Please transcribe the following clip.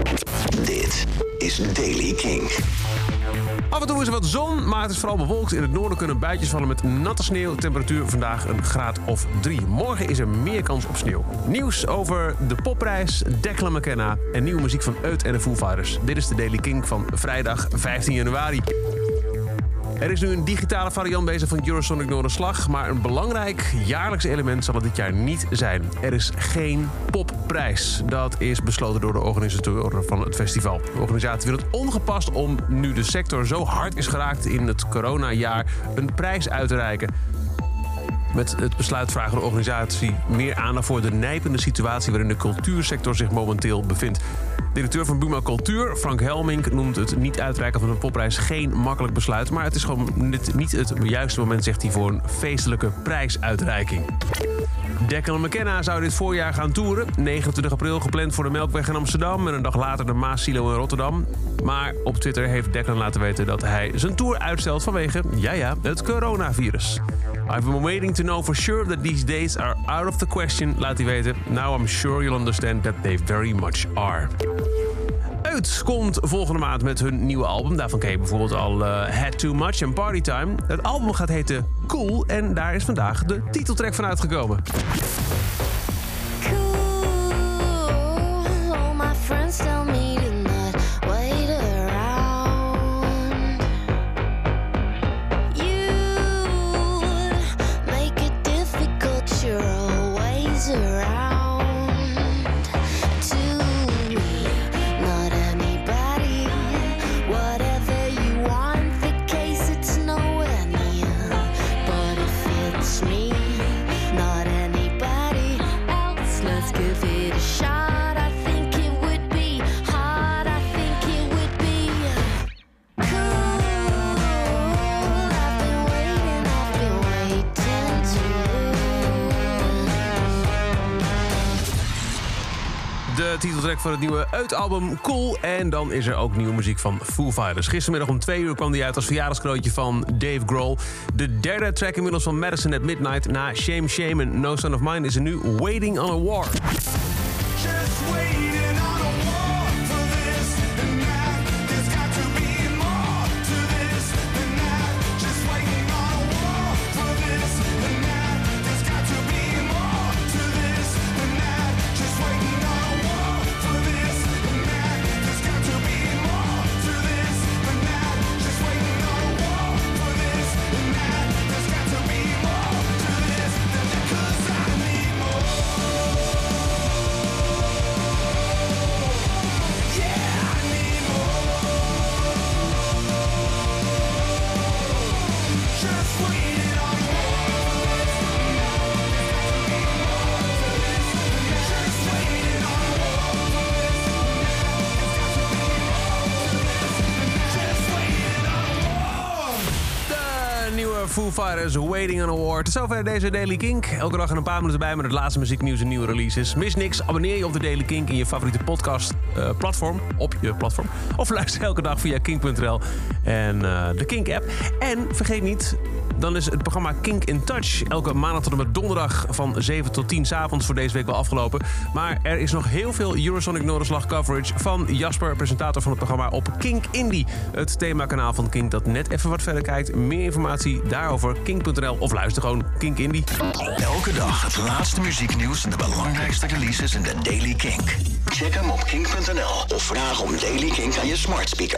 Dit is Daily King. Af en toe is er wat zon, maar het is vooral bewolkt. In het noorden kunnen buitjes vallen met natte sneeuw. Temperatuur vandaag een graad of 3. Morgen is er meer kans op sneeuw. Nieuws over de popprijs, Declan McKenna en nieuwe muziek van Eut en de Foo Fighters. Dit is de Daily King van vrijdag 15 januari. Er is nu een digitale variant bezig van Eurosonic Noorderslag, maar een belangrijk jaarlijks element zal het dit jaar niet zijn. Er is geen popprijs. Dat is besloten door de organisatoren van het festival. De organisatie vindt het ongepast om, nu de sector zo hard is geraakt in het coronajaar, een prijs uit te reiken. Met het besluit vraagt de organisatie meer aandacht voor de nijpende situatie waarin de cultuursector zich momenteel bevindt. Directeur van Buma Cultuur, Frank Helmink, noemt het niet uitreiken van een popprijs geen makkelijk besluit. Maar het is gewoon niet het juiste moment, zegt hij, voor een feestelijke prijsuitreiking. Declan McKenna zou dit voorjaar gaan toeren. 29 april gepland voor de Melkweg in Amsterdam en een dag later de Maas-Silo in Rotterdam. Maar op Twitter heeft Declan laten weten dat hij zijn tour uitstelt vanwege, het coronavirus. I've been waiting to know for sure that these days are out of the question, laat hij weten. Now I'm sure you'll understand that they very much are. Eut komt volgende maand met hun nieuwe album. Daarvan ken je bijvoorbeeld al Had Too Much en Partytime. Het album gaat heten Cool en daar is vandaag de titeltrack van uitgekomen. De titeltrack van het nieuwe Eut-album Cool. En dan is er ook nieuwe muziek van Foo Fighters. Gistermiddag om 2 uur kwam die uit als verjaardagscadeautje van Dave Grohl. De derde track inmiddels van Madison at Midnight. Na Shame Shame en No Son of Mine is er nu Waiting on a War. Foo Fighters, Waiting on a War. Tot zover deze Daily Kink. Elke dag een paar minuten bij met het laatste muzieknieuws en nieuwe releases. Mis niks, abonneer je op de Daily Kink in je favoriete podcast platform. Op je platform. Of luister elke dag via kink.nl en de Kink app. En vergeet niet, dan is het programma Kink in Touch elke maandag tot en met donderdag van 7 tot 10 's avonds voor deze week wel afgelopen. Maar er is nog heel veel Eurosonic Noorderslag coverage van Jasper, presentator van het programma, op Kink Indie. Het themakanaal van Kink dat net even wat verder kijkt. Meer informatie daarover kink.nl of luister gewoon Kink Indie. Elke dag het laatste muzieknieuws en de belangrijkste releases in de Daily Kink. Check hem op kink.nl of vraag om Daily Kink aan je smart speaker.